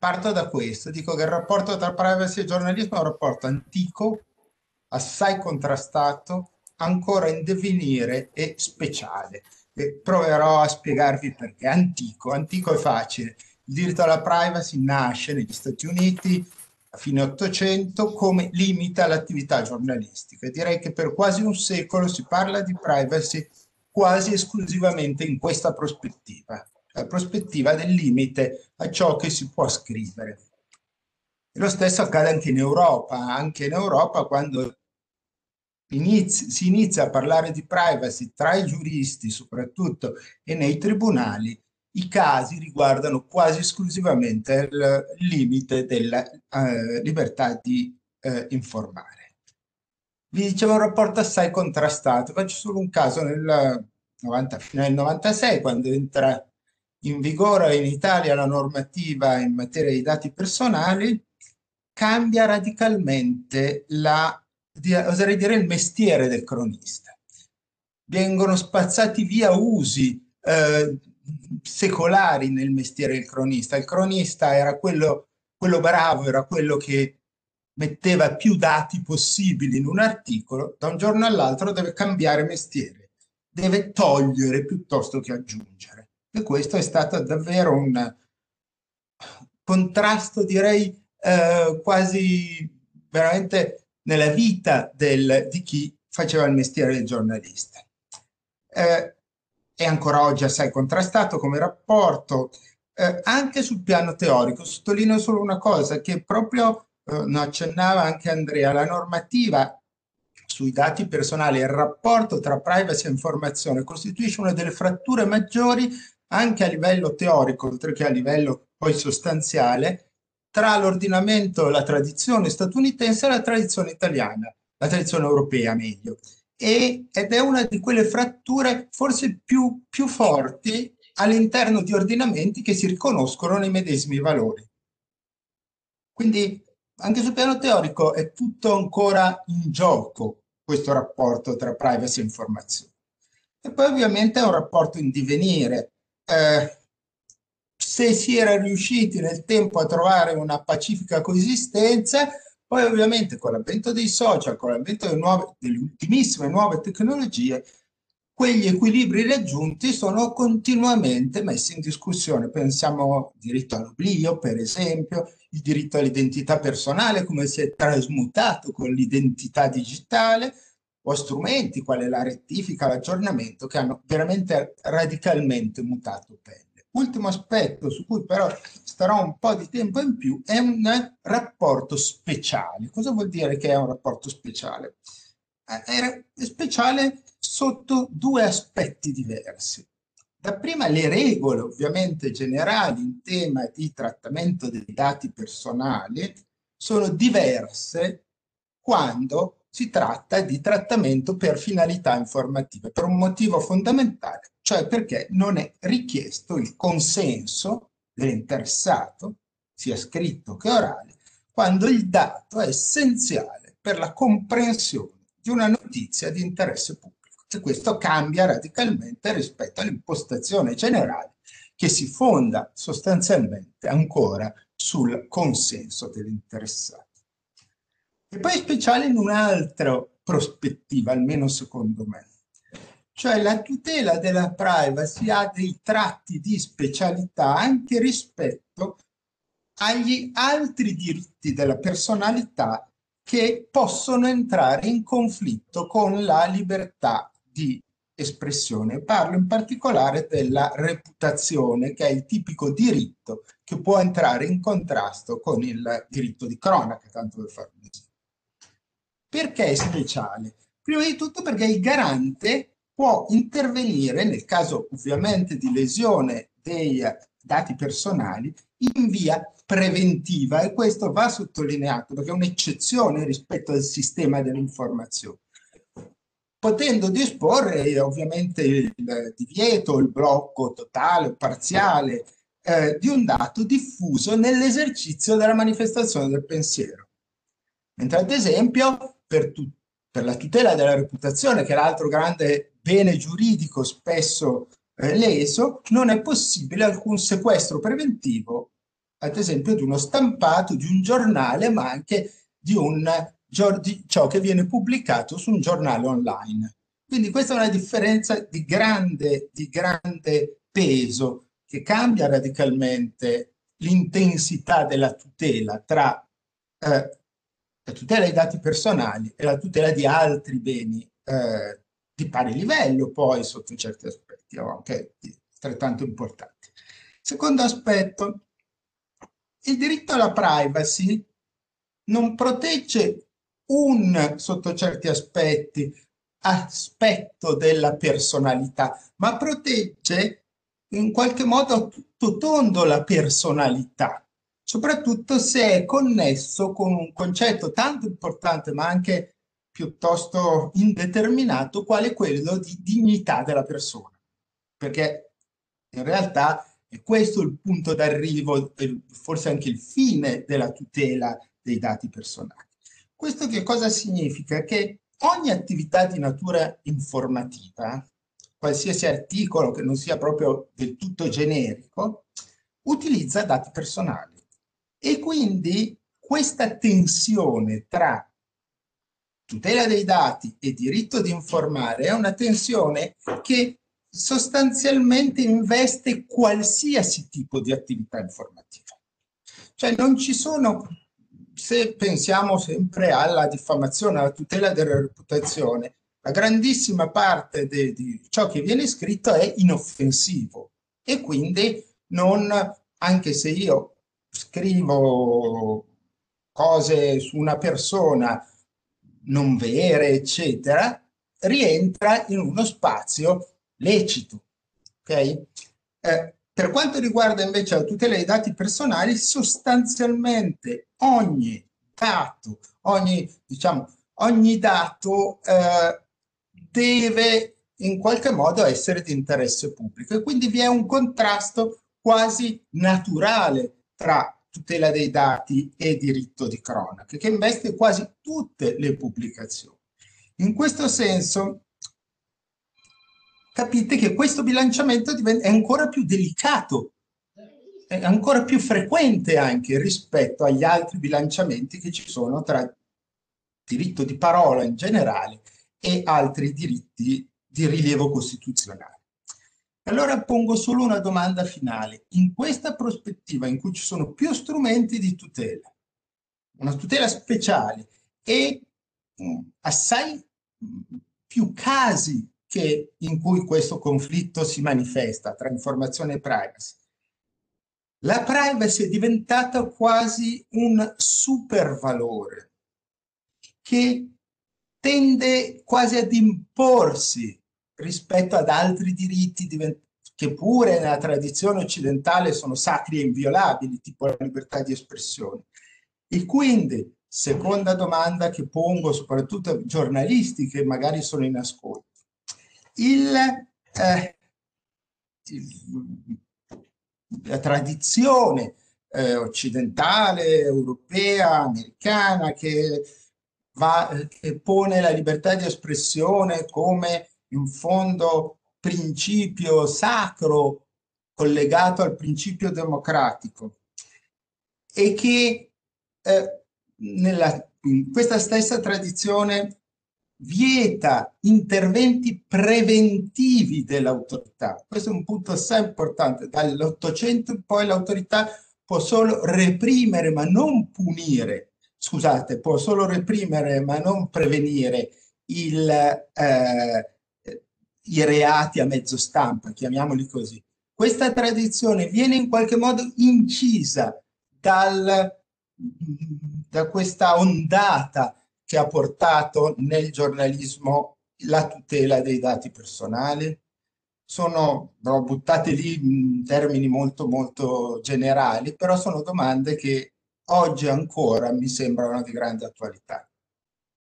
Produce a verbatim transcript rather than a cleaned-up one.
parto da questo, dico che il rapporto tra privacy e giornalismo è un rapporto antico, assai contrastato, ancora in divenire e speciale. E proverò a spiegarvi perché. Antico, antico è facile. Il diritto alla privacy nasce negli Stati Uniti a fine Ottocento come limita all'attività giornalistica. Direi che per quasi un secolo si parla di privacy quasi esclusivamente in questa prospettiva, la prospettiva del limite a ciò che si può scrivere. E lo stesso accade anche in Europa, anche in Europa quando inizi- si inizia a parlare di privacy tra i giuristi soprattutto e nei tribunali, i casi riguardano quasi esclusivamente il limite della eh, libertà di eh, informare. Vi dicevo un rapporto assai contrastato, faccio solo un caso nel novanta, fino al novantasei, quando entra in vigore in Italia la normativa in materia di dati personali, cambia radicalmente la, di- oserei dire, il mestiere del cronista. Vengono spazzati via usi eh, secolari nel mestiere del cronista. Il cronista era quello, quello bravo, era quello che metteva più dati possibili in un articolo, da un giorno all'altro deve cambiare mestiere, deve togliere piuttosto che aggiungere. E questo è stato davvero un contrasto, direi, eh, quasi veramente nella vita del- di chi faceva il mestiere del giornalista. Eh, è ancora oggi assai contrastato come rapporto, eh, anche sul piano teorico. Sottolineo solo una cosa, che proprio, eh, ne accennava anche Andrea, la normativa sui dati personali e il rapporto tra privacy e informazione costituisce una delle fratture maggiori anche a livello teorico, oltre che a livello poi sostanziale, tra l'ordinamento, la tradizione statunitense e la tradizione italiana, la tradizione europea meglio. E, ed è una di quelle fratture forse più, più forti all'interno di ordinamenti che si riconoscono nei medesimi valori. Quindi anche sul piano teorico è tutto ancora in gioco questo rapporto tra privacy e informazione. E poi ovviamente è un rapporto in divenire. Eh, se si era riusciti nel tempo a trovare una pacifica coesistenza, poi ovviamente con l'avvento dei social, con l'avvento delle, nuove, delle ultimissime nuove tecnologie, quegli equilibri raggiunti sono continuamente messi in discussione. Pensiamo al diritto all'oblio, per esempio, il diritto all'identità personale, come si è trasmutato con l'identità digitale, o strumenti quali la rettifica, l'aggiornamento, che hanno veramente radicalmente mutato pelle. Ultimo aspetto su cui però starò un po' di tempo in più è un rapporto speciale. Cosa vuol dire che è un rapporto speciale? È speciale sotto due aspetti diversi. Dapprima le regole ovviamente generali in tema di trattamento dei dati personali sono diverse quando si tratta di trattamento per finalità informative, per un motivo fondamentale, cioè perché non è richiesto il consenso dell'interessato, sia scritto che orale, quando il dato è essenziale per la comprensione di una notizia di interesse pubblico. E questo cambia radicalmente rispetto all'impostazione generale che si fonda sostanzialmente ancora sul consenso dell'interessato. E poi è speciale in un'altra prospettiva, almeno secondo me. Cioè la tutela della privacy ha dei tratti di specialità anche rispetto agli altri diritti della personalità che possono entrare in conflitto con la libertà di espressione. Parlo in particolare della reputazione, che è il tipico diritto che può entrare in contrasto con il diritto di cronaca, tanto per fare un esempio. Perché è speciale? Prima di tutto perché il garante può intervenire nel caso ovviamente di lesione dei dati personali in via preventiva, e questo va sottolineato perché è un'eccezione rispetto al sistema dell'informazione, potendo disporre ovviamente il divieto, il blocco totale o parziale eh, di un dato diffuso nell'esercizio della manifestazione del pensiero. Mentre ad esempio per, tu, per la tutela della reputazione, che è l'altro grande bene giuridico spesso eh, leso, non è possibile alcun sequestro preventivo ad esempio, di uno stampato, di un giornale, ma anche di, un, di ciò che viene pubblicato su un giornale online. Quindi questa è una differenza di grande, di grande peso che cambia radicalmente l'intensità della tutela tra eh, la tutela dei dati personali e la tutela di altri beni eh, di pari livello, poi sotto certi aspetti, o anche altrettanto importanti. Secondo aspetto, il diritto alla privacy non protegge un, sotto certi aspetti, aspetto della personalità, ma protegge in qualche modo a tutto tondo la personalità, soprattutto se è connesso con un concetto tanto importante, ma anche piuttosto indeterminato, quale quello di dignità della persona. Perché in realtà è questo il punto d'arrivo, forse anche il fine della tutela dei dati personali. Questo che cosa significa? Che ogni attività di natura informativa, qualsiasi articolo che non sia proprio del tutto generico, utilizza dati personali. E quindi questa tensione tra tutela dei dati e diritto di informare è una tensione che sostanzialmente investe qualsiasi tipo di attività informativa. Cioè non ci sono, se pensiamo sempre alla diffamazione, alla tutela della reputazione, la grandissima parte de, di ciò che viene scritto è inoffensivo e quindi non, anche se io scrivo cose su una persona non vere, eccetera, rientra in uno spazio lecito. Okay? Eh, per quanto riguarda invece la tutela dei dati personali, sostanzialmente ogni dato, ogni, diciamo, ogni dato eh, deve in qualche modo essere di interesse pubblico e quindi vi è un contrasto quasi naturale tra tutela dei dati e diritto di cronaca, che investe quasi tutte le pubblicazioni. In questo senso, capite che questo bilanciamento è ancora più delicato, è ancora più frequente anche rispetto agli altri bilanciamenti che ci sono tra diritto di parola in generale e altri diritti di rilievo costituzionale. Allora pongo solo una domanda finale. In questa prospettiva in cui ci sono più strumenti di tutela, una tutela speciale e mh, assai mh, più casi che in cui questo conflitto si manifesta tra informazione e privacy, la privacy è diventata quasi un supervalore che tende quasi ad imporsi rispetto ad altri diritti che pure nella tradizione occidentale sono sacri e inviolabili, tipo la libertà di espressione. E quindi, seconda domanda che pongo soprattutto ai giornalisti che magari sono in ascolto, il, eh, il, la tradizione eh, occidentale, europea, americana, che, va, che pone la libertà di espressione come in fondo principio sacro collegato al principio democratico e che eh, nella, in questa stessa tradizione vieta interventi preventivi dell'autorità. Questo è un punto assai importante. Dall'Ottocento in poi l'autorità può solo reprimere ma non punire, scusate, può solo reprimere ma non prevenire il, eh, i reati a mezzo stampa, chiamiamoli così. Questa tradizione viene in qualche modo incisa dal, da questa ondata che ha portato nel giornalismo la tutela dei dati personali. Sono, l'ho buttate lì in termini molto molto generali, però sono domande che oggi ancora mi sembrano di grande attualità.